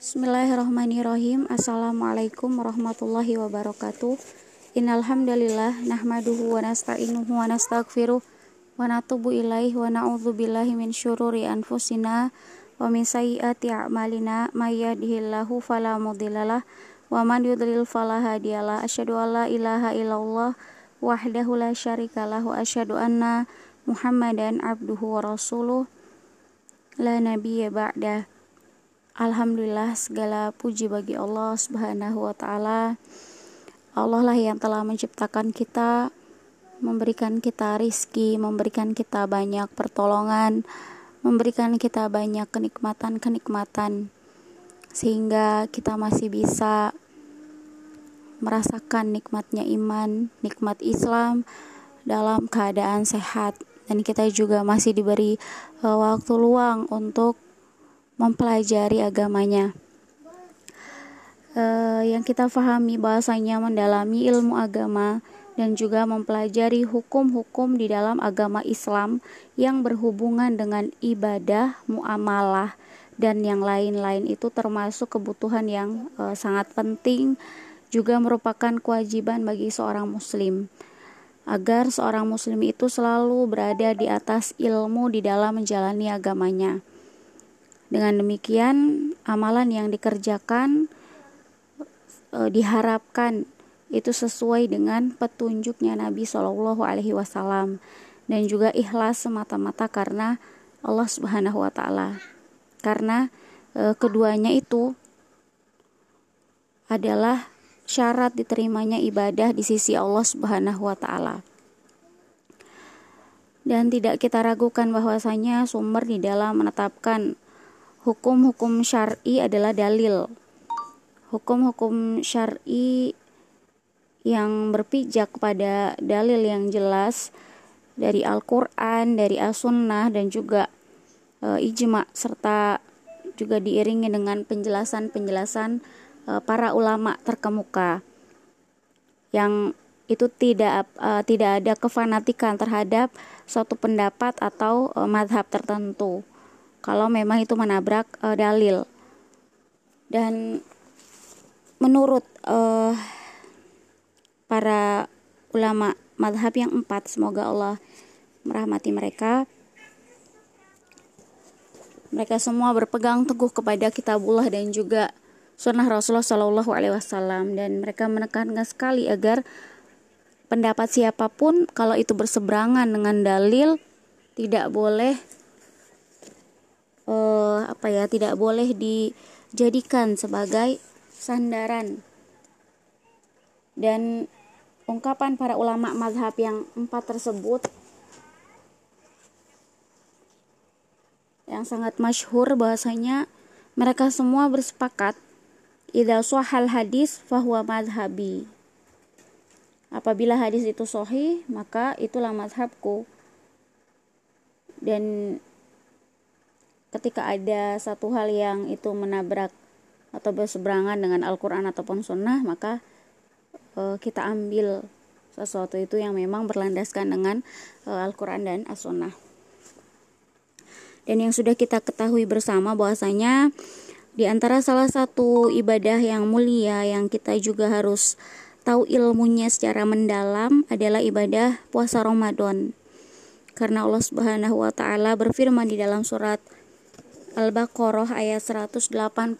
Bismillahirrahmanirrahim. Assalamualaikum warahmatullahi wabarakatuh. Innal hamdalillah nahmaduhu wa nasta'inuhu wa nastaghfiruh wa natubu ilaihi wa na'udzu billahi min syururi anfusina wa min sayyiati a'malina may yahdihillahu fala mudhillalah wa man yudlil fala hadiyalah. Asyhadu an la ilaha illallah wahdahu la syarikalah wa asyhadu anna Muhammadan abduhu wa rasuluh la nabiyya ba'da. Alhamdulillah, segala puji bagi Allah Subhanahu wa ta'ala. Allah lah yang telah menciptakan kita, memberikan kita rizki, memberikan kita banyak pertolongan, memberikan kita banyak kenikmatan-kenikmatan, sehingga kita masih bisa merasakan nikmatnya iman, nikmat Islam dalam keadaan sehat. Dan kita juga masih diberi waktu luang untuk mempelajari agamanya. Yang kita pahami bahasanya mendalami ilmu agama dan juga mempelajari hukum-hukum di dalam agama Islam yang berhubungan dengan ibadah, muamalah, dan yang lain-lain itu termasuk kebutuhan yang sangat penting, juga merupakan kewajiban bagi seorang muslim, agar seorang muslim itu selalu berada di atas ilmu di dalam menjalani agamanya. Dengan demikian, amalan yang dikerjakan diharapkan itu sesuai dengan petunjuknya Nabi Shallallahu Alaihi Wasallam dan juga ikhlas semata-mata karena Allah Subhanahu Wa Taala. Karena keduanya itu adalah syarat diterimanya ibadah di sisi Allah Subhanahu Wa Taala. Dan tidak kita ragukan bahwasanya sumber di dalam menetapkan hukum-hukum syar'i adalah dalil. Hukum-hukum syar'i yang berpijak pada dalil yang jelas dari Al-Quran, dari As-Sunnah, dan juga ijma', serta juga diiringi dengan penjelasan-penjelasan para ulama terkemuka, yang itu tidak ada kefanatikan terhadap suatu pendapat atau mazhab tertentu kalau memang itu menabrak dalil. Dan menurut para ulama mazhab yang 4, semoga Allah merahmati mereka semua berpegang teguh kepada kitabullah dan juga sunnah Rasulullah Shallallahu Alaihi Wasallam, dan mereka menekankan sekali agar pendapat siapapun kalau itu berseberangan dengan dalil tidak boleh tidak boleh dijadikan sebagai sandaran. Dan ungkapan para ulama mazhab yang 4 tersebut yang sangat masyhur bahasanya mereka semua bersepakat idza shahal hadis fahuwa madhhabi. Apabila hadis itu sahih, maka itulah mazhabku. Dan ketika ada satu hal yang itu menabrak atau berseberangan dengan Al-Quran ataupun Sunnah, maka kita ambil sesuatu itu yang memang berlandaskan dengan Al-Quran dan As-Sunnah. Dan yang sudah kita ketahui bersama bahwasanya di antara salah satu ibadah yang mulia yang kita juga harus tahu ilmunya secara mendalam adalah ibadah puasa Ramadan. Karena Allah Subhanahu wa taala berfirman di dalam surat Al-Baqarah ayat 183,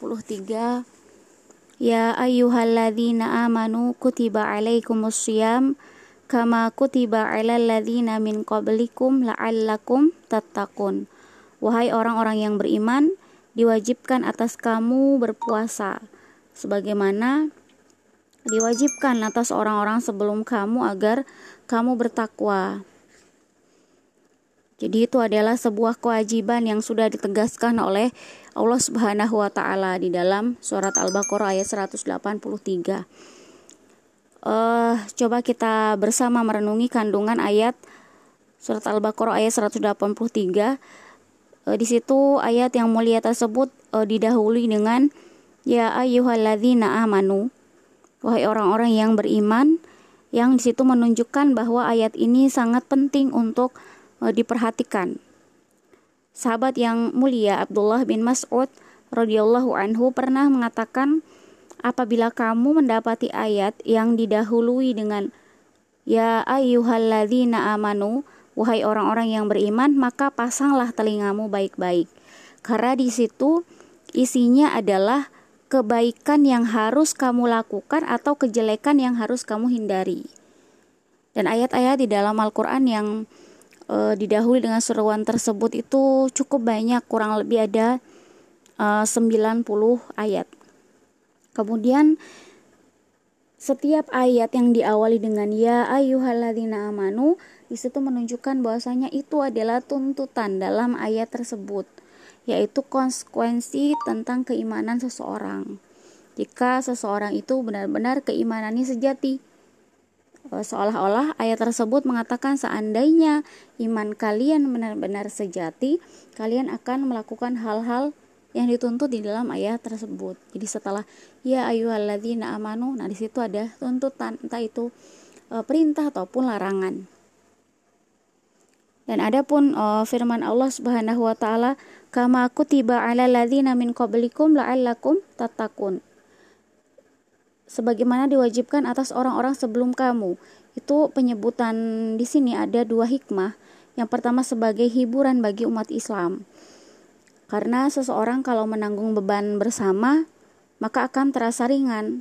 Ya ayyuhalladzina amanu kutiba alaikumussyiyam kama kutiba alal ladzina min qablikum la'allakum tattaqun. Wahai orang-orang yang beriman, diwajibkan atas kamu berpuasa sebagaimana diwajibkan atas orang-orang sebelum kamu agar kamu bertakwa. Jadi itu adalah sebuah kewajiban yang sudah ditegaskan oleh Allah Subhanahu wa taala di dalam surat Al-Baqarah ayat 183. Coba kita bersama merenungi kandungan ayat surat Al-Baqarah ayat 183. Di situ ayat yang mulia tersebut didahului dengan ya ayyuhalladzina amanu, wahai orang-orang yang beriman, yang di situ menunjukkan bahwa ayat ini sangat penting untuk diperhatikan. Sahabat yang mulia Abdullah bin Mas'ud radhiyallahu anhu pernah mengatakan, apabila kamu mendapati ayat yang didahului dengan ya ayyuhalladzina amanu, wahai orang-orang yang beriman, maka pasanglah telingamu baik-baik. Karena di situ isinya adalah kebaikan yang harus kamu lakukan atau kejelekan yang harus kamu hindari. Dan ayat-ayat di dalam Al-Quran yang didahului dengan seruan tersebut itu cukup banyak, kurang lebih ada 90 ayat. Kemudian setiap ayat yang diawali dengan ya ayyuhalladzina amanu, di situ menunjukkan bahwasanya itu adalah tuntutan dalam ayat tersebut, yaitu konsekuensi tentang keimanan seseorang. Jika seseorang itu benar-benar keimanannya sejati, seolah-olah ayat tersebut mengatakan seandainya iman kalian benar-benar sejati, kalian akan melakukan hal-hal yang dituntut di dalam ayat tersebut. Jadi setelah ya ayyuhalladzina amanu, nah di situ ada tuntutan, entah itu perintah ataupun larangan. Dan adapun firman Allah Subhanahu wa taala, kama kutiba 'alal ladzina min qablikum la'allakum tattaqun, sebagaimana diwajibkan atas orang-orang sebelum kamu. Itu penyebutan di sini ada dua hikmah. Yang pertama sebagai hiburan bagi umat Islam. Karena seseorang kalau menanggung beban bersama, maka akan terasa ringan.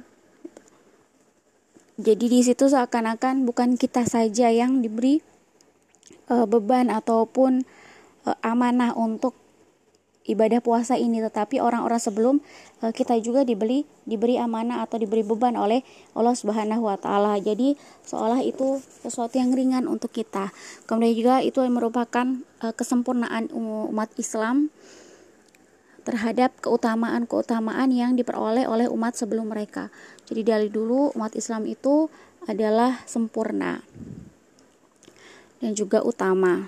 Jadi di situ seakan-akan bukan kita saja yang diberi beban ataupun amanah untuk ibadah puasa ini, tetapi orang-orang sebelum kita juga diberi amanah atau diberi beban oleh Allah Subhanahu wa taala. Jadi seolah itu sesuatu yang ringan untuk kita. Kemudian juga itu merupakan kesempurnaan umat Islam terhadap keutamaan-keutamaan yang diperoleh oleh umat sebelum mereka. Jadi dari dulu umat Islam itu adalah sempurna dan juga utama.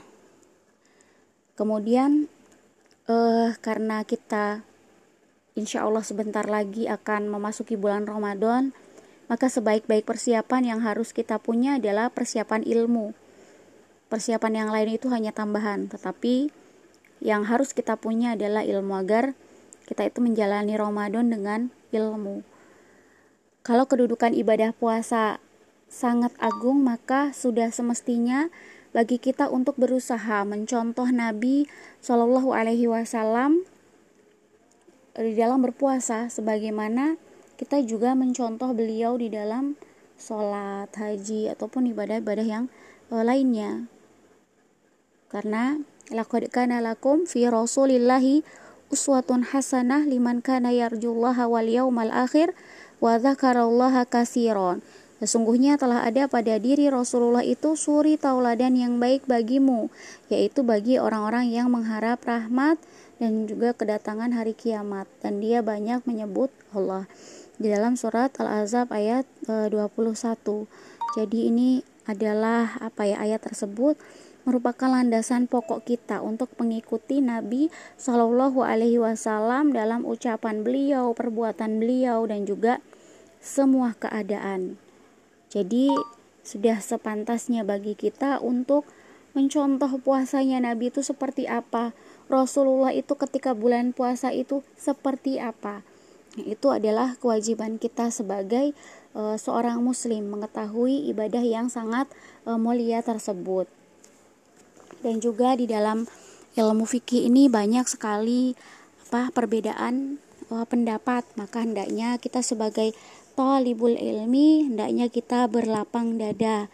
Kemudian karena kita insya Allah sebentar lagi akan memasuki bulan Ramadan, maka sebaik-baik persiapan yang harus kita punya adalah persiapan ilmu. Persiapan yang lain itu hanya tambahan, tetapi yang harus kita punya adalah ilmu agar kita itu menjalani Ramadan dengan ilmu. Kalau kedudukan ibadah puasa sangat agung, maka sudah semestinya bagi kita untuk berusaha mencontoh Nabi Shallallahu Alaihi Wasallam di dalam berpuasa, sebagaimana kita juga mencontoh beliau di dalam sholat, haji ataupun ibadah-ibadah yang lainnya. Karena laqad kana lakum fi Rasulillahi uswatun hasanah liman kana yarjullaha wal yaumal akhir wa dzakarallaha katsiran. Sesungguhnya telah ada pada diri Rasulullah itu suri tauladan yang baik bagimu, yaitu bagi orang-orang yang mengharap rahmat dan juga kedatangan hari kiamat. Dan dia banyak menyebut Allah di dalam surat Al-Ahzab ayat 21. Jadi ini adalah ayat tersebut merupakan landasan pokok kita untuk mengikuti Nabi Shallallahu Alaihi Wasallam dalam ucapan beliau, perbuatan beliau, dan juga semua keadaan. Jadi sudah sepantasnya bagi kita untuk mencontoh puasanya Nabi itu seperti apa, Rasulullah itu ketika bulan puasa itu seperti apa. Itu adalah kewajiban kita sebagai seorang muslim, mengetahui ibadah yang sangat mulia tersebut. Dan juga di dalam ilmu fikih ini banyak sekali perbedaan pendapat, maka hendaknya kita sebagai thalibul ilmi hendaknya kita berlapang dada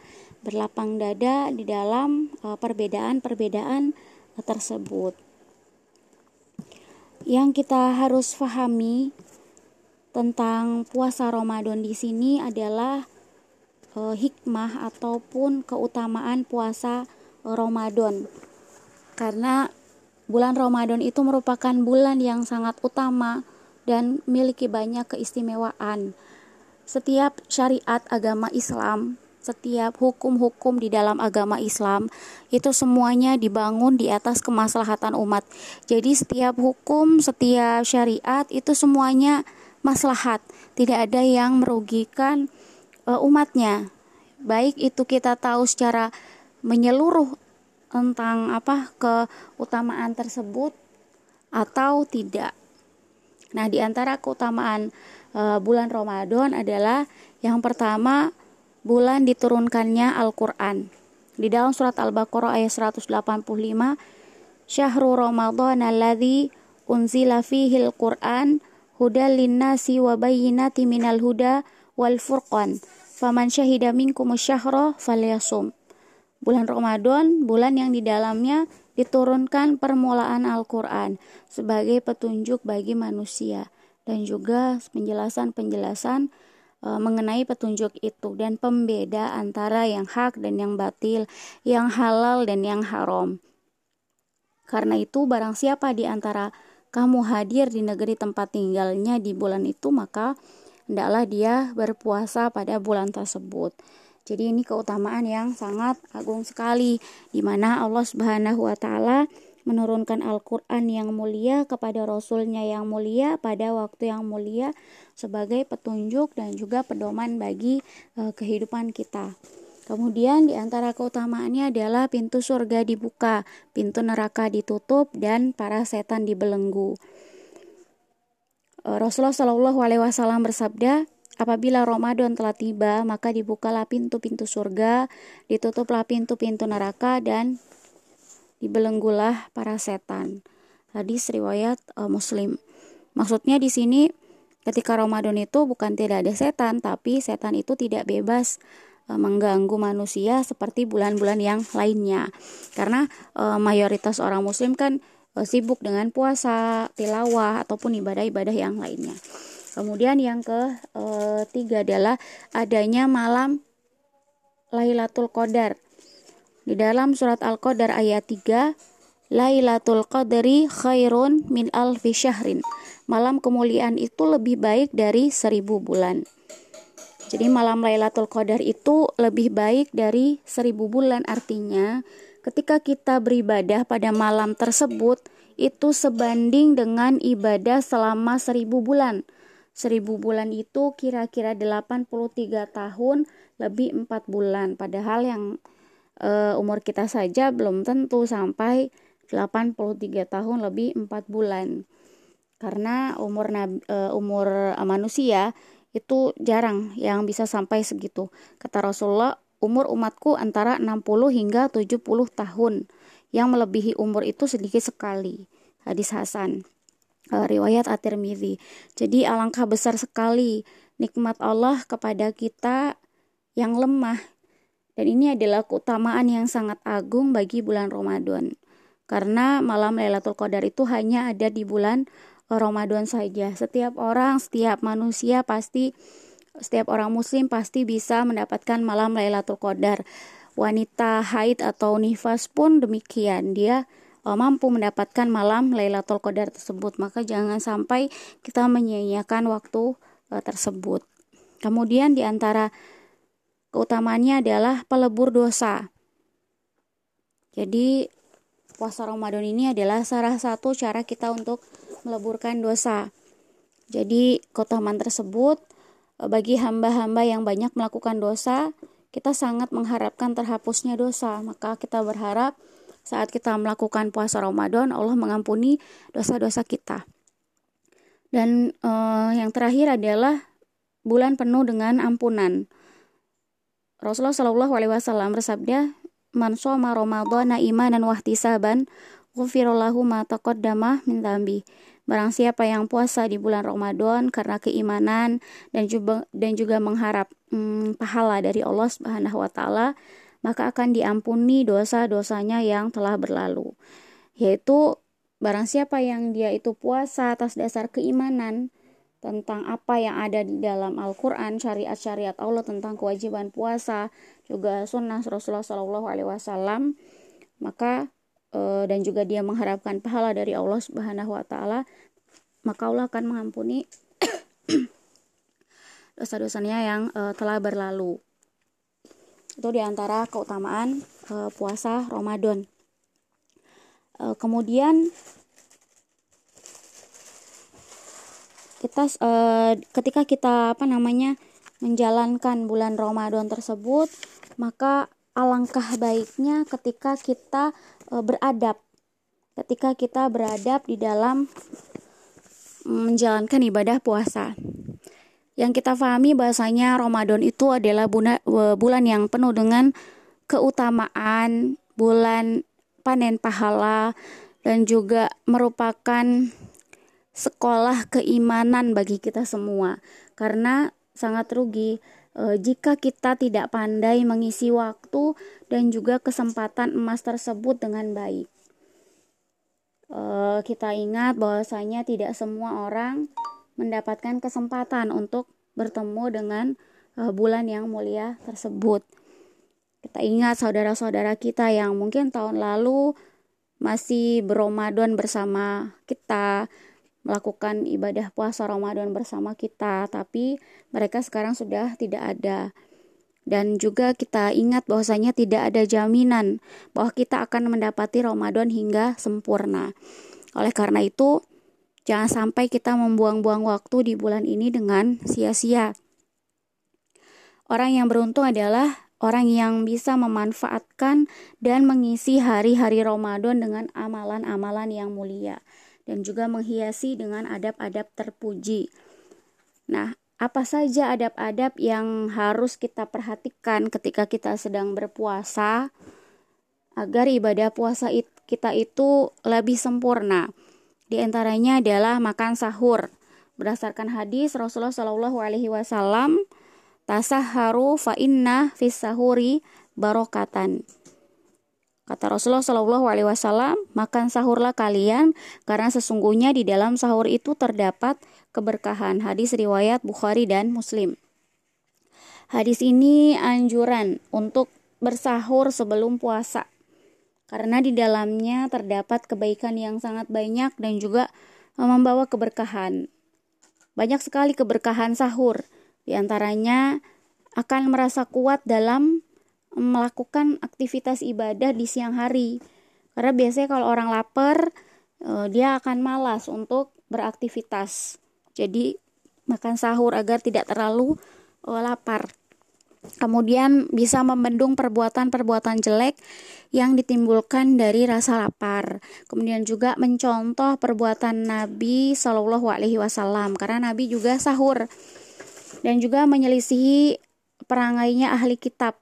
di dalam perbedaan-perbedaan tersebut. Yang kita harus pahami tentang puasa Ramadan di sini adalah hikmah ataupun keutamaan puasa Ramadan. Karena bulan Ramadan itu merupakan bulan yang sangat utama dan memiliki banyak keistimewaan. Setiap syariat agama Islam, setiap hukum-hukum di dalam agama Islam itu semuanya dibangun di atas kemaslahatan umat. Jadi setiap hukum, setiap syariat itu semuanya maslahat, tidak ada yang merugikan umatnya. Baik itu kita tahu secara menyeluruh tentang keutamaan tersebut atau tidak. Nah, di antara keutamaan bulan Ramadan adalah yang pertama, bulan diturunkannya Al-Qur'an. Di dalam surat Al-Baqarah ayat 185, Syahrul Ramadan alladzi unzila fihil Qur'an hudal linnasi wa bayyinati minal huda wal furqan. Faman syahida minkumus syahra falyasum. Bulan Ramadan, bulan yang di dalamnya diturunkan permulaan Al-Qur'an sebagai petunjuk bagi manusia dan juga penjelasan-penjelasan mengenai petunjuk itu dan pembeda antara yang hak dan yang batil, yang halal dan yang haram. Karena itu barang siapa di antara kamu hadir di negeri tempat tinggalnya di bulan itu, maka hendaklah dia berpuasa pada bulan tersebut. Jadi ini keutamaan yang sangat agung sekali, di mana Allah Subhanahu wa Ta'ala menurunkan Al-Quran yang mulia kepada Rasulnya yang mulia pada waktu yang mulia sebagai petunjuk dan juga pedoman bagi kehidupan kita. Kemudian di antara keutamaannya adalah pintu surga dibuka, pintu neraka ditutup, dan para setan dibelenggu. Rasulullah Shallallahu Alaihi Wasallam bersabda, apabila Ramadan telah tiba, maka dibukalah pintu-pintu surga, ditutuplah pintu-pintu neraka, dan dibelenggulah para setan. Hadis riwayat Muslim. Maksudnya di sini ketika Ramadan itu bukan tidak ada setan, tapi setan itu tidak bebas mengganggu manusia seperti bulan-bulan yang lainnya. Karena mayoritas orang muslim kan sibuk dengan puasa, tilawah ataupun ibadah-ibadah yang lainnya. Kemudian yang ketiga adalah adanya malam Lailatul Qadar. Di dalam surat Al-Qadar ayat 3, Lailatul Qadri khairun min alfi syahrin. Malam kemuliaan itu lebih baik dari 1000 bulan. Jadi malam Lailatul Qadar itu lebih baik dari 1000 bulan. Artinya ketika kita beribadah pada malam tersebut, itu sebanding dengan ibadah selama 1000 bulan. 1000 bulan itu kira-kira 83 tahun lebih 4 bulan. Padahal yang umur kita saja belum tentu sampai 83 tahun lebih 4 bulan. Karena umur manusia itu jarang yang bisa sampai segitu. Kata Rasulullah, umur umatku antara 60 hingga 70 tahun. Yang melebihi umur itu sedikit sekali. Hadis Hasan. Riwayat At-Tirmidzi. Jadi alangkah besar sekali nikmat Allah kepada kita yang lemah. Dan ini adalah keutamaan yang sangat agung bagi bulan Ramadan. Karena malam Lailatul Qadar itu hanya ada di bulan Ramadan saja. Setiap manusia pasti, setiap orang muslim pasti bisa mendapatkan malam Lailatul Qadar. Wanita haid atau nifas pun demikian. Dia mampu mendapatkan malam Lailatul Qadar tersebut. Maka jangan sampai kita menyia-nyiakan waktu tersebut. Kemudian di antara keutamaannya adalah pelebur dosa. Jadi puasa Ramadan ini adalah salah satu cara kita untuk meleburkan dosa. Jadi keutamaan tersebut bagi hamba-hamba yang banyak melakukan dosa, kita sangat mengharapkan terhapusnya dosa. Maka kita berharap saat kita melakukan puasa Ramadan, Allah mengampuni dosa-dosa kita. Dan yang terakhir adalah bulan penuh dengan ampunan. Rasulullah Shallallahu Alaihi Wasallam bersabda, "Man shoma Ramadhana imanan wahtisaban, ghufira lahu ma taqaddama min dzambi." Barang siapa yang puasa di bulan Ramadan karena keimanan dan juga mengharap pahala dari Allah Subhanahu wa Ta'ala, maka akan diampuni dosa-dosanya yang telah berlalu. Yaitu barang siapa yang dia itu puasa atas dasar keimanan tentang apa yang ada di dalam Al-Quran, syariat-syariat Allah tentang kewajiban puasa, juga sunnah Rasulullah SAW, maka dan juga dia mengharapkan pahala dari Allah Subhanahu wa Ta'ala, maka Allah akan mengampuni dosa-dosanya yang telah berlalu. Itu diantara keutamaan puasa Ramadan. Kemudian kita ketika kita menjalankan bulan Ramadan tersebut, maka alangkah baiknya ketika kita beradab di dalam menjalankan ibadah puasa. Yang kita pahami bahasanya Ramadan itu adalah bulan yang penuh dengan keutamaan, bulan panen pahala, dan juga merupakan sekolah keimanan bagi kita semua. Karena sangat rugi jika kita tidak pandai mengisi waktu dan juga kesempatan emas tersebut dengan baik. Kita ingat bahwasanya tidak semua orang mendapatkan kesempatan untuk bertemu dengan bulan yang mulia tersebut. Kita ingat saudara-saudara kita yang mungkin tahun lalu masih berRamadan bersama kita, melakukan ibadah puasa Ramadan bersama kita, tapi mereka sekarang sudah tidak ada. Dan juga kita ingat bahwasanya tidak ada jaminan bahwa kita akan mendapati Ramadan hingga sempurna. Oleh karena itu, jangan sampai kita membuang-buang waktu di bulan ini dengan sia-sia. Orang yang beruntung adalah orang yang bisa memanfaatkan dan mengisi hari-hari Ramadan dengan amalan-amalan yang mulia dan juga menghiasi dengan adab-adab terpuji. Nah, apa saja adab-adab yang harus kita perhatikan ketika kita sedang berpuasa agar ibadah puasa kita itu lebih sempurna? Di antaranya adalah makan sahur. Berdasarkan hadis Rasulullah SAW, tasahharu fa inna fis sahuri barokatan. Kata Rasulullah SAW, makan sahurlah kalian karena sesungguhnya di dalam sahur itu terdapat keberkahan. Hadis riwayat Bukhari dan Muslim. Hadis ini anjuran untuk bersahur sebelum puasa, karena di dalamnya terdapat kebaikan yang sangat banyak dan juga membawa keberkahan. Banyak sekali keberkahan sahur, di antaranya akan merasa kuat dalam melakukan aktivitas ibadah di siang hari. Karena biasanya kalau orang lapar, dia akan malas untuk beraktivitas. Jadi makan sahur agar tidak terlalu lapar. Kemudian bisa membendung perbuatan-perbuatan jelek yang ditimbulkan dari rasa lapar. Kemudian juga mencontoh perbuatan Nabi SAW, karena Nabi juga sahur. Dan juga menyelisihi perangainya ahli kitab.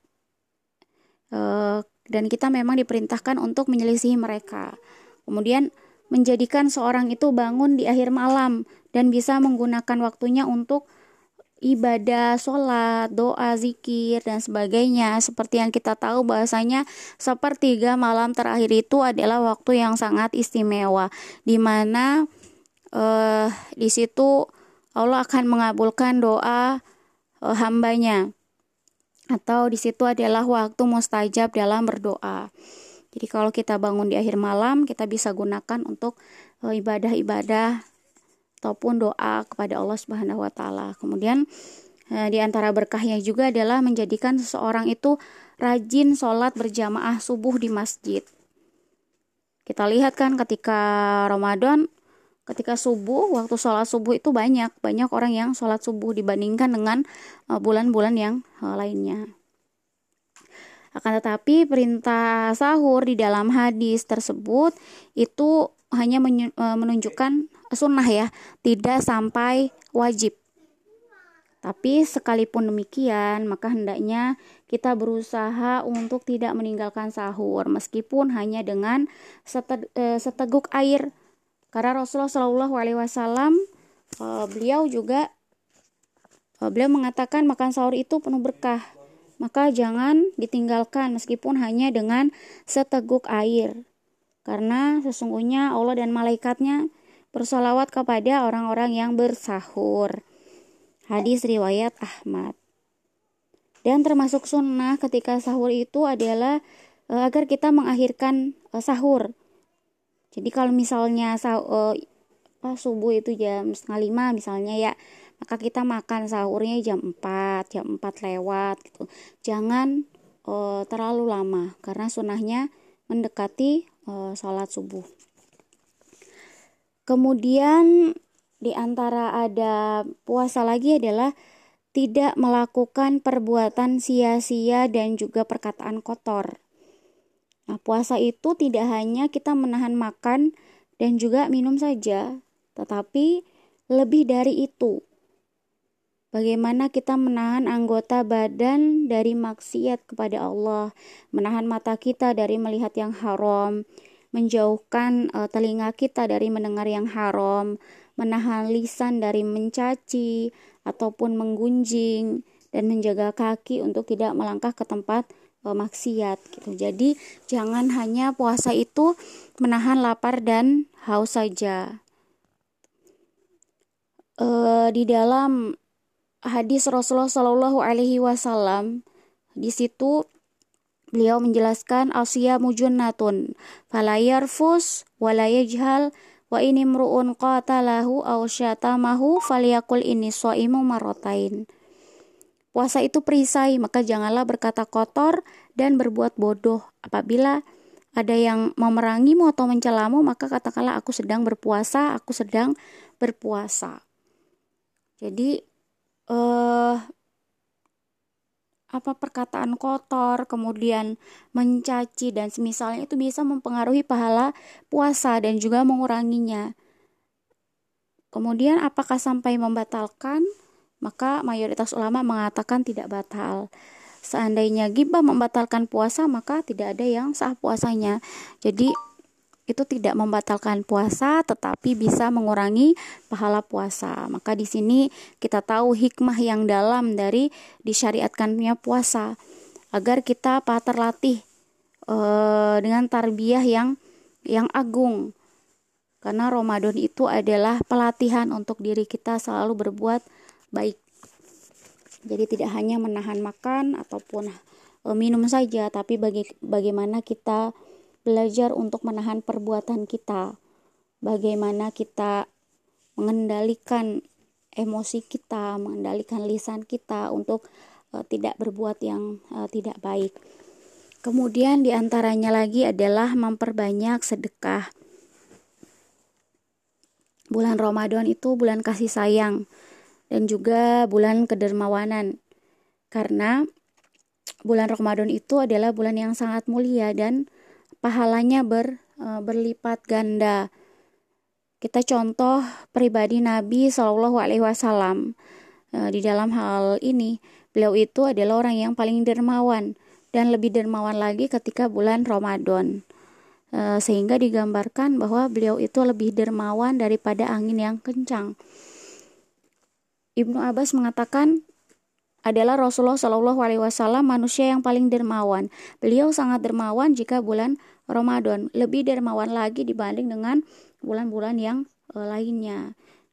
Dan kita memang diperintahkan untuk menyelisihi mereka. Kemudian menjadikan seorang itu bangun di akhir malam dan bisa menggunakan waktunya untuk ibadah, sholat, doa, zikir, dan sebagainya. Seperti yang kita tahu bahasanya sepertiga malam terakhir itu adalah waktu yang sangat istimewa, di mana di situ Allah akan mengabulkan doa hambanya, atau di situ adalah waktu mustajab dalam berdoa. Jadi kalau kita bangun di akhir malam, kita bisa gunakan untuk ibadah-ibadah ataupun doa kepada Allah Subhanahu wa taala. Kemudian di antara berkahnya juga adalah menjadikan seseorang itu rajin sholat berjamaah subuh di masjid. Kita lihat kan ketika Ramadan, ketika subuh, waktu sholat subuh itu banyak orang yang sholat subuh dibandingkan dengan bulan-bulan yang lainnya. Akan tetapi perintah sahur di dalam hadis tersebut itu hanya menunjukkan sunnah ya, tidak sampai wajib. Tapi sekalipun demikian, maka hendaknya kita berusaha untuk tidak meninggalkan sahur, meskipun hanya dengan seteguk air. Karena Rasulullah SAW beliau mengatakan makan sahur itu penuh berkah, maka jangan ditinggalkan meskipun hanya dengan seteguk air. Karena sesungguhnya Allah dan malaikatnya bersolawat kepada orang-orang yang bersahur. Hadis riwayat Ahmad. Dan termasuk sunnah ketika sahur itu adalah agar kita mengakhirkan sahur. Jadi kalau misalnya subuh itu jam 4:30 misalnya ya, maka kita makan sahurnya jam 4 lewat gitu. Jangan terlalu lama, karena sunnahnya mendekati sholat subuh. Kemudian di antara ada puasa lagi adalah tidak melakukan perbuatan sia-sia dan juga perkataan kotor. Nah, puasa itu tidak hanya kita menahan makan dan juga minum saja, tetapi Lebih dari itu, bagaimana kita menahan anggota badan dari maksiat kepada Allah, menahan mata kita dari melihat yang haram, menjauhkan telinga kita dari mendengar yang haram, menahan lisan dari mencaci ataupun menggunjing, dan menjaga kaki untuk tidak melangkah ke tempat maksiat gitu. Jadi jangan hanya puasa itu menahan lapar dan haus saja. Di dalam hadis Rasulullah Shallallahu Alaihi Wasallam, di situ beliau menjelaskan asyamu junnatun fala yarfus wala yajhal wa ini mru'un qatalahu aw syatamahu falyakul inni shaimu marratain. Puasa itu perisai, maka janganlah berkata kotor dan berbuat bodoh. Apabila ada yang memerangimu atau mencelamu, maka katakanlah aku sedang berpuasa, aku sedang berpuasa. Jadi perkataan kotor, kemudian mencaci dan semisalnya itu bisa mempengaruhi pahala puasa dan juga menguranginya. Kemudian apakah sampai membatalkan? Maka mayoritas ulama mengatakan tidak batal. Seandainya ghibah membatalkan puasa, maka tidak ada yang sah puasanya. Jadi itu tidak membatalkan puasa, tetapi bisa mengurangi pahala puasa. Maka di sini kita tahu hikmah yang dalam dari disyariatkannya puasa, agar kita terlatih dengan tarbiyah yang agung. Karena Ramadan itu adalah pelatihan untuk diri kita selalu berbuat baik. Jadi tidak hanya menahan makan ataupun minum saja, tapi bagaimana kita belajar untuk menahan perbuatan kita, bagaimana kita mengendalikan emosi kita, mengendalikan lisan kita untuk tidak berbuat yang tidak baik. Kemudian diantaranya lagi adalah memperbanyak sedekah. Bulan Ramadan itu bulan kasih sayang dan juga bulan kedermawanan. Karena bulan Ramadan itu adalah bulan yang sangat mulia dan pahalanya berlipat ganda. Kita contoh pribadi Nabi Shallallahu Alaihi Wasallam. Di dalam hal ini, beliau itu adalah orang yang paling dermawan dan lebih dermawan lagi ketika bulan Ramadan. Sehingga digambarkan bahwa beliau itu lebih dermawan daripada angin yang kencang. Ibnu Abbas mengatakan adalah Rasulullah Shallallahu Alaihi Wasallam manusia yang paling dermawan. Beliau sangat dermawan jika bulan Ramadan, lebih dermawan lagi dibanding dengan bulan-bulan yang lainnya.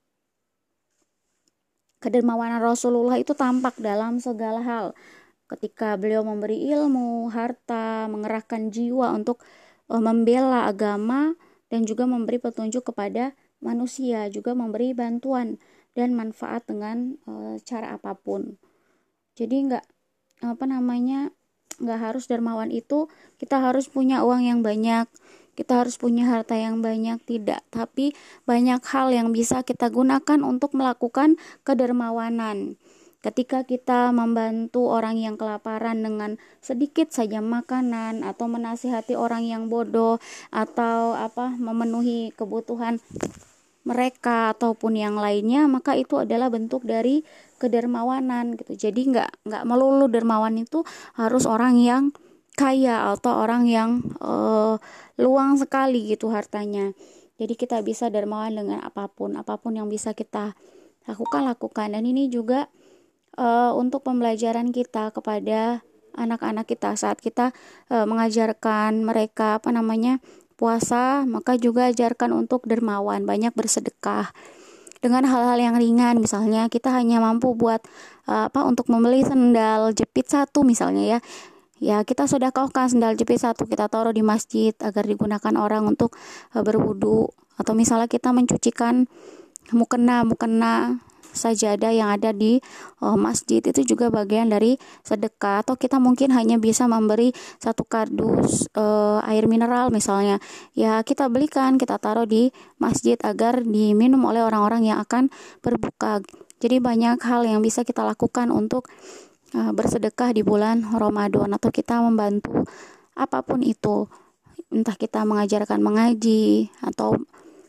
Kedermawanan Rasulullah itu tampak dalam segala hal. Ketika beliau memberi ilmu, harta, mengerahkan jiwa untuk membela agama dan juga memberi petunjuk kepada manusia, juga memberi bantuan dan manfaat dengan cara apapun. Jadi nggak harus dermawan itu kita harus punya uang yang banyak, kita harus punya harta yang banyak, tidak. Tapi banyak hal yang bisa kita gunakan untuk melakukan kedermawanan. Ketika kita membantu orang yang kelaparan dengan sedikit saja makanan, atau menasihati orang yang bodoh, atau memenuhi kebutuhan mereka ataupun yang lainnya, maka itu adalah bentuk dari kedermawanan gitu. Jadi nggak melulu dermawan itu harus orang yang kaya atau orang yang luang sekali gitu hartanya. Jadi kita bisa dermawan dengan apapun yang bisa kita lakukan. Dan ini juga untuk pembelajaran kita kepada anak-anak kita saat kita mengajarkan mereka puasa, maka juga ajarkan untuk dermawan, banyak bersedekah dengan hal-hal yang ringan. Misalnya kita hanya mampu buat untuk membeli sendal jepit satu misalnya ya kita sedekahkan sendal jepit satu, kita taruh di masjid agar digunakan orang untuk berwudu. Atau misalnya kita mencucikan mukena sajadah yang ada di masjid, itu juga bagian dari sedekah. Atau kita mungkin hanya bisa memberi satu kardus air mineral misalnya, ya kita belikan, kita taruh di masjid agar diminum oleh orang-orang yang akan berbuka. Jadi banyak hal yang bisa kita lakukan untuk bersedekah di bulan Ramadan, atau kita membantu apapun itu, entah kita mengajarkan mengaji atau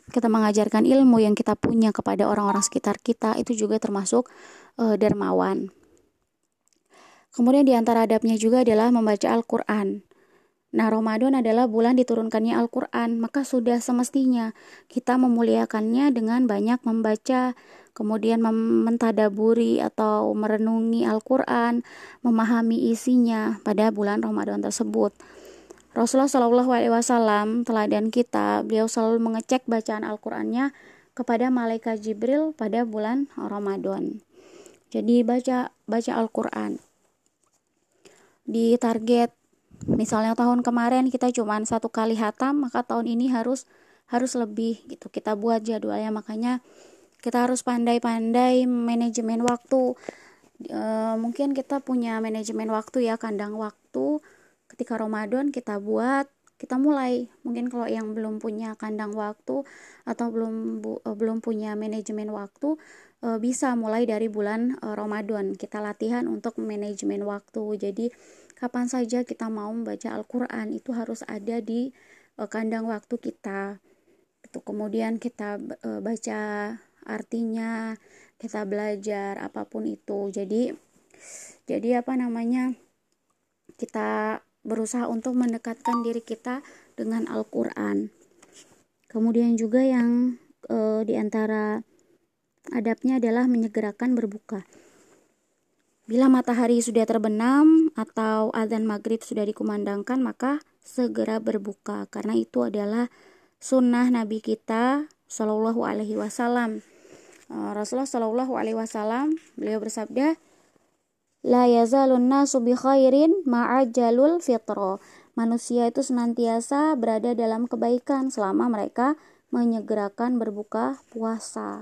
kita mengajarkan ilmu yang kita punya kepada orang-orang sekitar kita, itu juga termasuk dermawan. Kemudian di antara adabnya juga adalah membaca Al-Quran. Nah, Ramadan adalah bulan diturunkannya Al-Quran, maka sudah semestinya kita memuliakannya dengan banyak membaca, kemudian mentadaburi atau merenungi Al-Quran, memahami isinya pada bulan Ramadan tersebut. Rasulullah Shallallahu Alaihi Wasallam, teladan kita, beliau selalu mengecek bacaan Al-Qurannya kepada malaikat Jibril pada bulan Ramadan. Jadi baca Al-Quran. Di target, misalnya tahun kemarin kita cuma 1 kali khatam, maka tahun ini harus lebih gitu. Kita buat jadwalnya, makanya kita harus pandai-pandai manajemen waktu. Mungkin kita punya manajemen waktu ya, kandang waktu. Ketika Ramadan kita mulai. Mungkin kalau yang belum punya kandang waktu atau belum punya manajemen waktu, bisa mulai dari bulan Ramadan. Kita latihan untuk manajemen waktu. Jadi kapan saja kita mau membaca Al-Quran itu harus ada di kandang waktu kita. Kemudian kita baca artinya, kita belajar apapun itu. Jadi kita berusaha untuk mendekatkan diri kita dengan Al-Quran. Kemudian juga yang di antara adabnya adalah menyegerakan berbuka. Bila matahari sudah terbenam atau azan maghrib sudah dikumandangkan, maka segera berbuka, karena itu adalah sunnah Nabi kita Shallallahu Alaihi Wasallam. Rasulullah Shallallahu Alaihi Wasallam, beliau bersabda, la yazalun nasu bi khairin ma'ajalul fitro. Manusia itu senantiasa berada dalam kebaikan selama mereka menyegerakan berbuka puasa.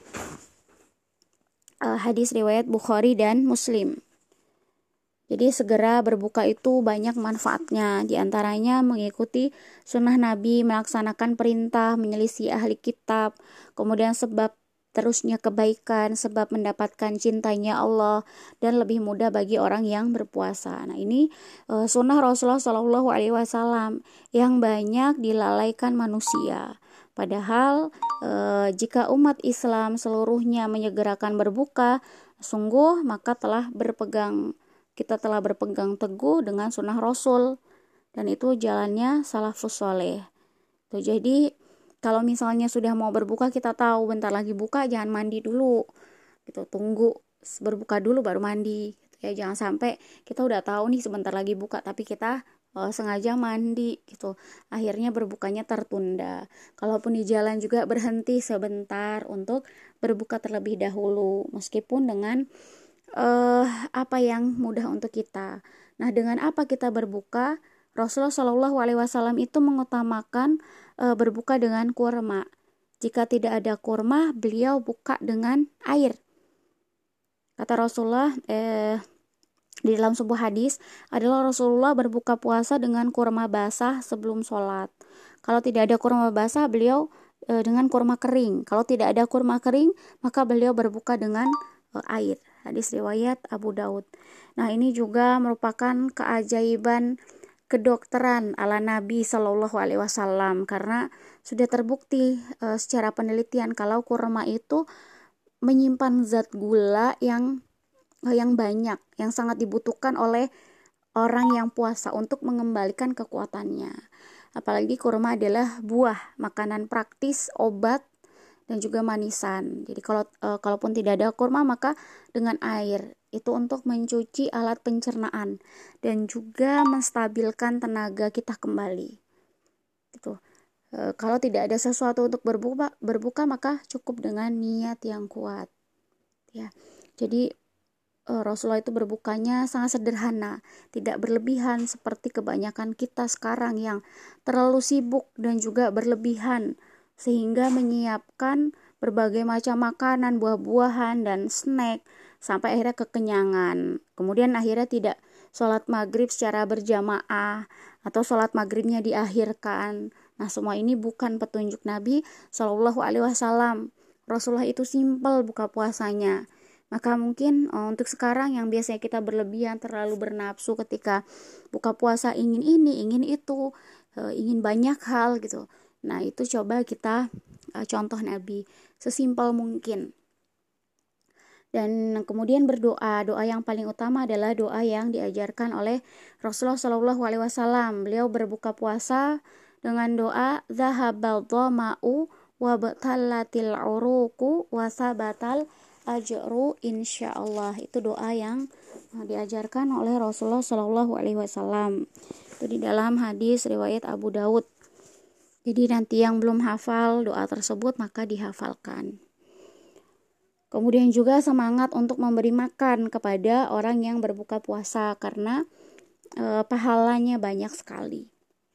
Hadis riwayat Bukhari dan Muslim. Jadi segera berbuka itu banyak manfaatnya. Di antaranya mengikuti sunnah Nabi, melaksanakan perintah, menyelisih ahli kitab, kemudian sebab terusnya kebaikan, sebab mendapatkan cintanya Allah, dan lebih mudah bagi orang yang berpuasa. Nah, ini sunnah Rasulullah Shallallahu Alaihi Wasallam yang banyak dilalaikan manusia. Padahal jika umat Islam seluruhnya menyegerakan berbuka, sungguh maka kita telah berpegang teguh dengan sunnah Rasul, dan itu jalannya salafus soleh. Jadi kalau misalnya sudah mau berbuka, kita tahu bentar lagi buka, jangan mandi dulu, gitu. Tunggu berbuka dulu baru mandi, gitu ya. Jangan sampai kita udah tahu nih sebentar lagi buka, tapi kita sengaja mandi, gitu. Akhirnya berbukanya tertunda. Kalaupun di jalan juga berhenti sebentar untuk berbuka terlebih dahulu, meskipun dengan apa yang mudah untuk kita. Nah, dengan apa kita berbuka? Rasulullah Shallallahu Alaihi Wasallam itu mengutamakan berbuka dengan kurma. Jika tidak ada kurma, beliau buka dengan air. Kata Rasulullah di dalam sebuah hadis adalah Rasulullah berbuka puasa dengan kurma basah sebelum sholat. Kalau tidak ada kurma basah, beliau dengan kurma kering. Kalau tidak ada kurma kering, maka beliau berbuka dengan air. Hadis riwayat Abu Daud. Nah, ini juga merupakan keajaiban kedokteran ala Nabi Shallallahu Alaihi Wasallam, karena sudah terbukti secara penelitian kalau kurma itu menyimpan zat gula yang banyak, yang sangat dibutuhkan oleh orang yang puasa untuk mengembalikan kekuatannya. Apalagi kurma adalah buah, makanan praktis, obat, dan juga manisan. Jadi kalaupun tidak ada kurma, maka dengan air itu untuk mencuci alat pencernaan dan juga menstabilkan tenaga kita kembali. Gitu. Kalau tidak ada sesuatu untuk berbuka, maka cukup dengan niat yang kuat. Ya. Jadi Rasulullah itu berbukanya sangat sederhana, tidak berlebihan seperti kebanyakan kita sekarang yang terlalu sibuk dan juga berlebihan, sehingga menyiapkan berbagai macam makanan, buah-buahan, dan snack, sampai akhirnya kekenyangan. Kemudian akhirnya tidak sholat maghrib secara berjamaah, atau sholat maghribnya diakhirkan. Nah, semua ini bukan petunjuk Nabi Shallallahu Alaihi Wasallam. Rasulullah itu simpel buka puasanya. Maka mungkin untuk sekarang yang biasanya kita berlebihan, terlalu bernafsu ketika buka puasa, ingin ini, ingin itu, ingin banyak hal gitu. Nah, itu coba kita contoh Nabi, sesimpel mungkin. Dan kemudian berdoa. Doa yang paling utama adalah doa yang diajarkan oleh Rasulullah SAW. Beliau berbuka puasa dengan doa zahabal dhama'u wa batallatil uruqu wa sabatal ajru insyaallah. Itu doa yang diajarkan oleh Rasulullah SAW. Itu di dalam hadis riwayat Abu Daud. Jadi nanti yang belum hafal doa tersebut maka dihafalkan. Kemudian juga semangat untuk memberi makan kepada orang yang berbuka puasa karena pahalanya banyak sekali.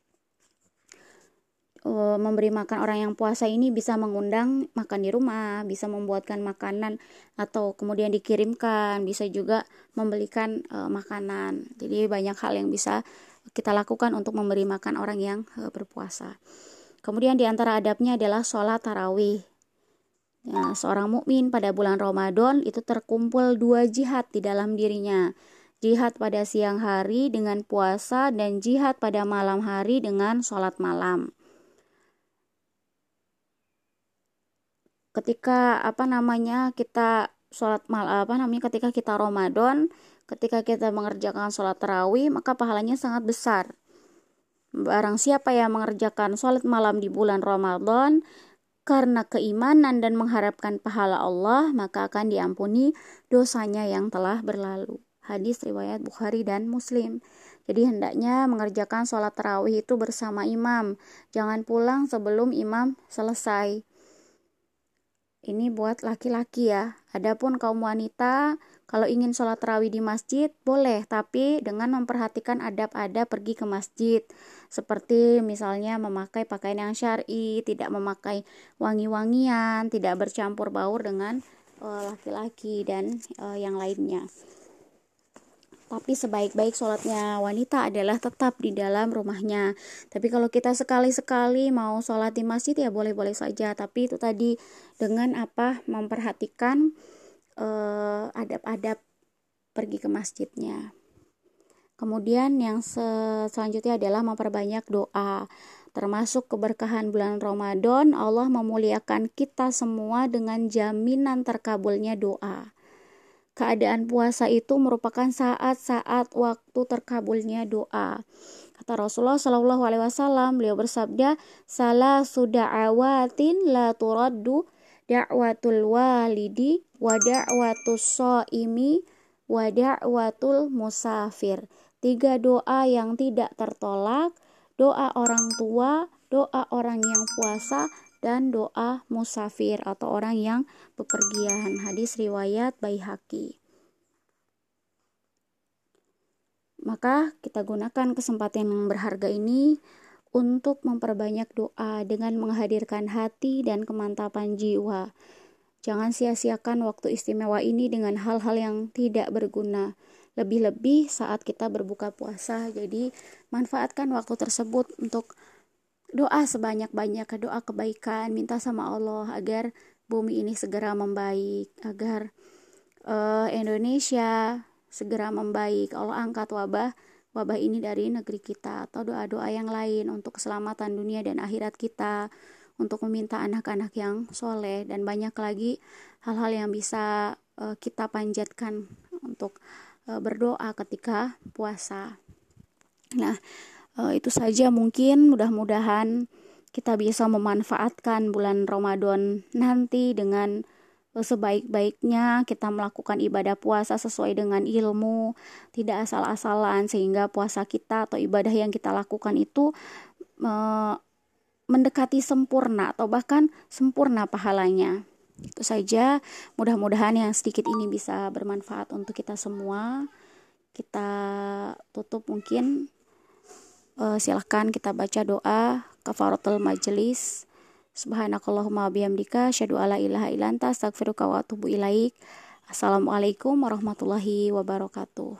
Memberi makan orang yang puasa ini bisa mengundang makan di rumah, bisa membuatkan makanan atau kemudian dikirimkan, bisa juga membelikan makanan. Jadi banyak hal yang bisa kita lakukan untuk memberi makan orang yang berpuasa. Kemudian di antara adabnya adalah sholat tarawih. Ya, seorang mukmin pada bulan Ramadan itu terkumpul 2 jihad di dalam dirinya. Jihad pada siang hari dengan puasa dan jihad pada malam hari dengan sholat malam. Ketika kita sholat malam, ketika kita Ramadan, ketika kita mengerjakan sholat tarawih, maka pahalanya sangat besar. Barang siapa yang mengerjakan sholat malam di bulan Ramadan karena keimanan dan mengharapkan pahala Allah, maka akan diampuni dosanya yang telah berlalu. Hadis riwayat Bukhari dan Muslim. Jadi hendaknya mengerjakan sholat tarawih itu bersama imam. Jangan pulang sebelum imam selesai. Ini buat laki-laki ya. Adapun kaum wanita, kalau ingin sholat tarawih di masjid, boleh. Tapi dengan memperhatikan adab-adab pergi ke masjid. Seperti misalnya memakai pakaian yang syar'i, tidak memakai wangi-wangian, tidak bercampur baur dengan laki-laki dan yang lainnya. Tapi sebaik-baik sholatnya wanita adalah tetap di dalam rumahnya. Tapi kalau kita sekali-sekali mau sholat di masjid ya boleh-boleh saja. Tapi itu tadi dengan memperhatikan adab-adab pergi ke masjidnya. Kemudian yang selanjutnya adalah memperbanyak doa. Termasuk keberkahan bulan Ramadan, Allah memuliakan kita semua dengan jaminan terkabulnya doa. Keadaan puasa itu merupakan saat-saat waktu terkabulnya doa. Kata Rasulullah SAW, beliau bersabda, salasu da'awatin la turaddu da'watul walidi wa da'watus shaimi wa da'watul musafir. 3 doa yang tidak tertolak, doa orang tua, doa orang yang puasa, dan doa musafir atau orang yang bepergian. Hadis riwayat Baihaqi. Maka kita gunakan kesempatan yang berharga ini untuk memperbanyak doa dengan menghadirkan hati dan kemantapan jiwa. Jangan sia-siakan waktu istimewa ini dengan hal-hal yang tidak berguna. Lebih-lebih saat kita berbuka puasa. Jadi manfaatkan waktu tersebut untuk doa sebanyak-banyak, doa kebaikan, minta sama Allah agar bumi ini segera membaik, agar Indonesia segera membaik. Allah angkat wabah ini dari negeri kita, atau doa-doa yang lain untuk keselamatan dunia dan akhirat kita, untuk meminta anak-anak yang soleh, dan banyak lagi hal-hal yang bisa kita panjatkan untuk berdoa ketika puasa. Nah, itu saja mungkin, mudah-mudahan kita bisa memanfaatkan bulan Ramadan nanti dengan sebaik-baiknya. Kita melakukan ibadah puasa sesuai dengan ilmu, tidak asal-asalan, sehingga puasa kita atau ibadah yang kita lakukan itu mendekati sempurna atau bahkan sempurna pahalanya. Itu saja, mudah-mudahan yang sedikit ini bisa bermanfaat untuk kita semua. Kita tutup mungkin, silahkan kita baca doa kafaratul majelis. Subhanakallahumma bihamdika asyhadu alla ilaha illa anta astaghfiruka wa atubu ilaik. Assalamualaikum warahmatullahi wabarakatuh.